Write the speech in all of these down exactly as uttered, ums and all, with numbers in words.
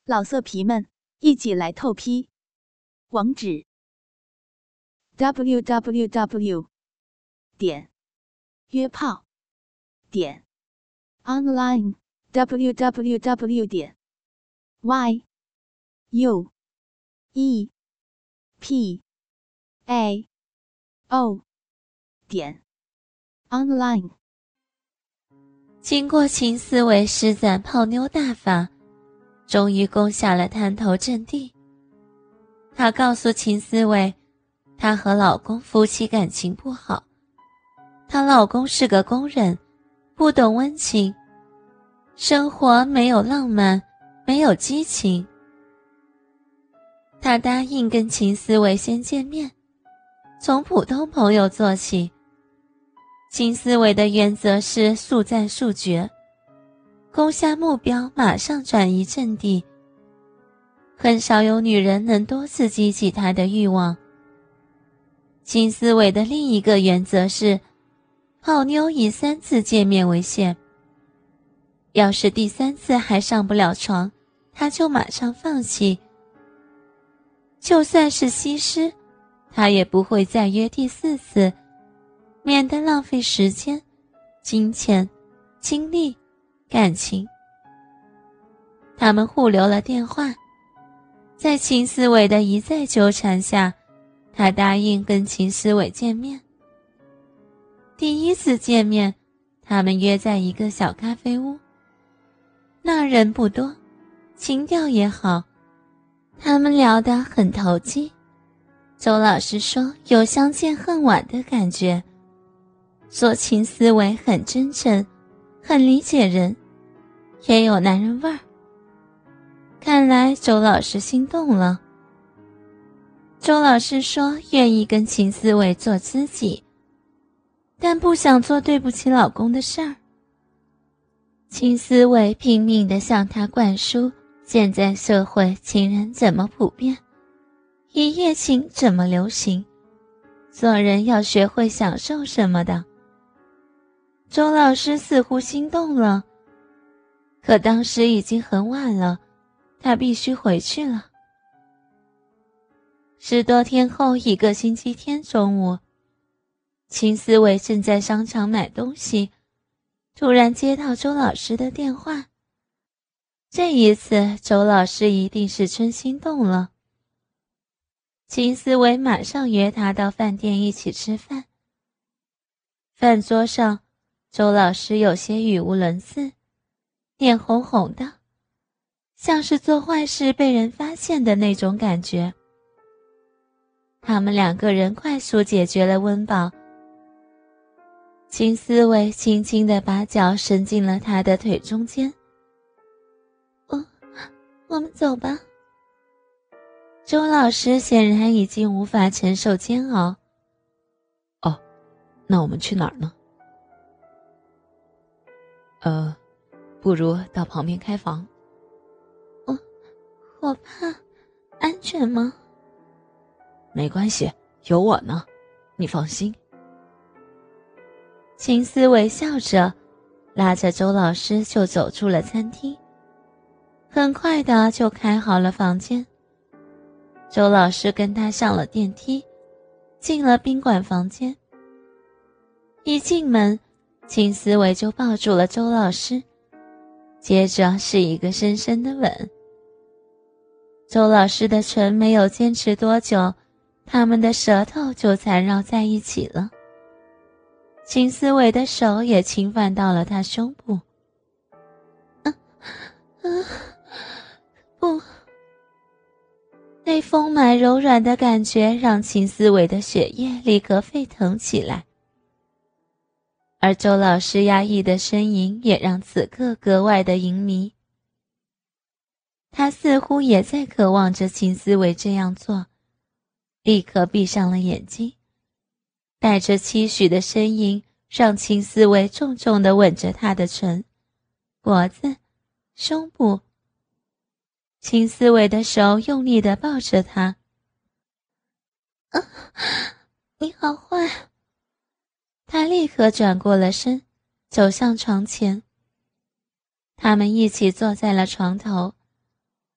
老色皮们，一起来透批！网址 ：double u double u double u 点约炮点 online w w w 点 y u e p a o 点 online。 经过秦思维施展泡妞大法，终于攻下了滩头阵地。她告诉秦思维，她和老公夫妻感情不好，她老公是个工人，不懂温情，生活没有浪漫，没有激情。她答应跟秦思维先见面，从普通朋友做起。秦思维的原则是速战速决，攻下目标马上转移阵地。很少有女人能多次激起他的欲望。秦思维的另一个原则是泡妞以三次见面为限，要是第三次还上不了床，他就马上放弃。就算是西施，他也不会再约第四次，免得浪费时间、金钱、精力、感情。他们互留了电话，在秦思维的一再纠缠下，他答应跟秦思维见面。第一次见面，他们约在一个小咖啡屋，那人不多，情调也好，他们聊得很投机。周老师说有相见恨晚的感觉，说秦思维很真诚，很理解人，也有男人味儿。看来周老师心动了。周老师说愿意跟秦思维做知己，但不想做对不起老公的事儿。秦思维拼命地向他灌输现在社会情人怎么普遍，一夜情怎么流行，做人要学会享受什么的。周老师似乎心动了，可当时已经很晚了，他必须回去了。十多天后一个星期天中午，秦思维正在商场买东西，突然接到周老师的电话。这一次周老师一定是真心动了。秦思维马上约他到饭店一起吃饭。饭桌上，周老师有些语无伦次，脸红红的，像是做坏事被人发现的那种感觉。他们两个人快速解决了温饱。秦思维轻轻地把脚伸进了他的腿中间。哦，我们走吧。周老师显然已经无法承受煎熬。 哦，那我们去哪儿呢？呃，不如到旁边开房。 我我怕，安全吗？ 没关系，有我呢，你放心。 秦思维笑着，拉着周老师就走出了餐厅，很快的就开好了房间。周老师跟他上了电梯，进了宾馆房间。一进门，秦思维就抱住了周老师，接着是一个深深的吻。周老师的唇没有坚持多久，他们的舌头就缠绕在一起了。秦思维的手也侵犯到了他胸部。啊啊，不！那丰满柔软的感觉让秦思维的血液立刻沸腾起来，而周老师压抑的呻吟也让此刻格外的淫靡。他似乎也在渴望着秦思维这样做，立刻闭上了眼睛，带着期许的呻吟让秦思维重重地吻着他的唇、脖子、胸部。秦思维的手用力地抱着他。啊，你好坏！他立刻转过了身，走向床前。他们一起坐在了床头，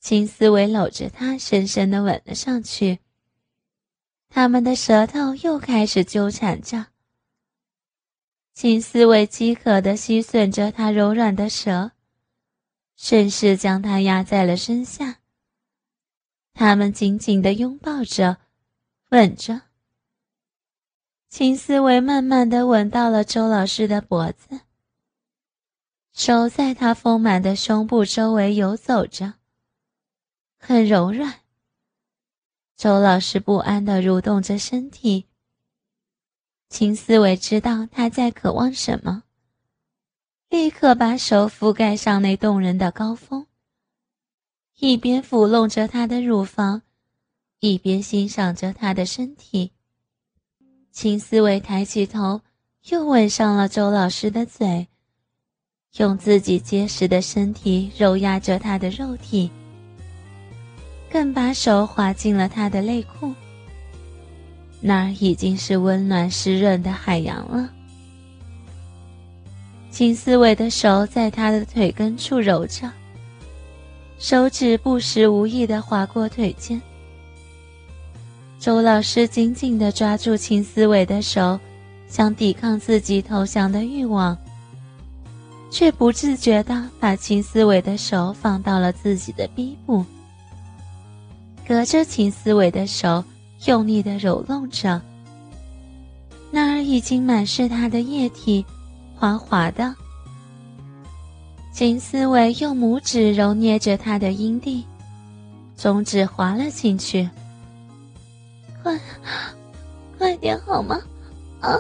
秦思维搂着他，深深地吻了上去。他们的舌头又开始纠缠着。秦思维饥渴地吸吮着他柔软的舌，顺势将他压在了身下。他们紧紧地拥抱着，吻着。秦思维慢慢地吻到了周老师的脖子，手在他丰满的胸部周围游走着，很柔软。周老师不安地蠕动着身体。秦思维知道他在渴望什么，立刻把手覆盖上那动人的高峰，一边抚弄着他的乳房，一边欣赏着他的身体。秦思维抬起头，又吻上了周老师的嘴，用自己结实的身体揉压着他的肉体，更把手滑进了他的内裤。那儿已经是温暖湿润的海洋了。秦思维的手在他的腿根处揉着，手指不时无意地划过腿间。周老师紧紧地抓住秦思维的手，想抵抗自己投降的欲望，却不自觉地把秦思维的手放到了自己的逼部，隔着秦思维的手用力地揉弄着。那儿已经满是他的液体，滑滑的。秦思维用拇指揉捏着他的阴蒂，中指滑了进去。快快点好吗？啊！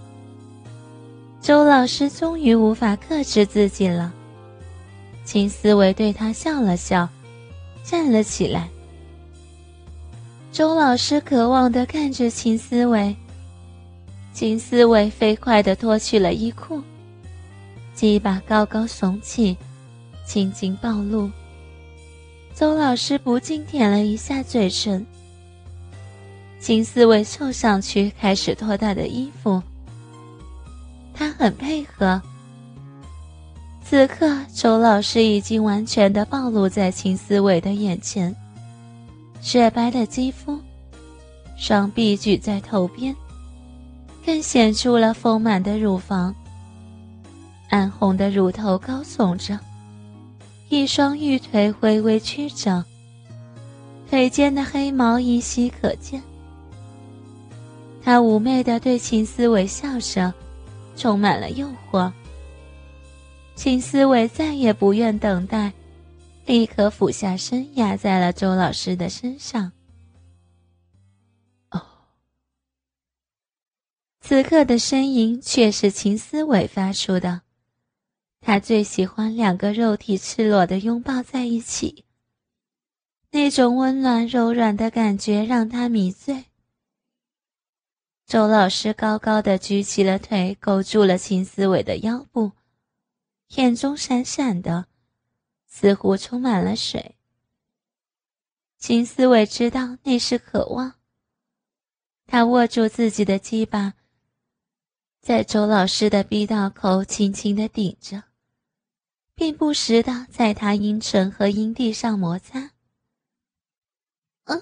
周老师终于无法克制自己了。秦思维对他笑了笑，站了起来。周老师渴望地看着秦思维。秦思维飞快地脱去了衣裤，鸡巴高高耸起，青筋暴露。周老师不禁舔了一下嘴唇。秦思维凑上去开始脱他的衣服，他很配合。此刻周老师已经完全地暴露在秦思维的眼前，雪白的肌肤，双臂举在头边，更显出了丰满的乳房，暗红的乳头高耸着，一双玉腿微微曲着，腿间的黑毛依稀可见。他妩媚地对秦思维笑着，充满了诱惑。秦思维再也不愿等待，立刻俯下身压在了周老师的身上。 哦， 此刻的声音却是秦思维发出的。他最喜欢两个肉体赤裸地拥抱在一起，那种温暖柔软的感觉让他迷醉。周老师高高地举起了腿，勾住了秦思维的腰部，眼中闪闪的，似乎充满了水。秦思维知道那是渴望，他握住自己的鸡巴，在周老师的逼道口轻轻地顶着，并不时地在他阴唇和阴蒂上摩擦。嗯。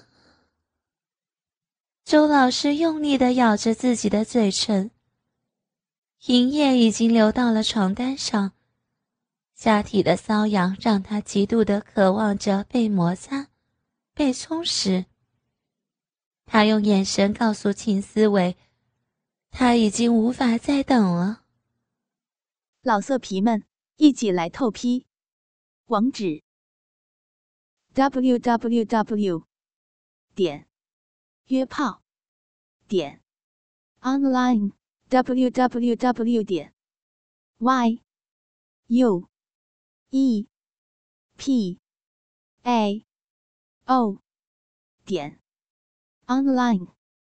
周老师用力地咬着自己的嘴唇，银液已经流到了床单上，下体的瘙痒让他极度地渴望着被摩擦，被充实。他用眼神告诉秦思维，他已经无法再等了。 老色皮们，一起来透批！网址 ：double-u double-u double-u 点约炮点 online double-u double-u double-u 点 y u e p a o 点 online。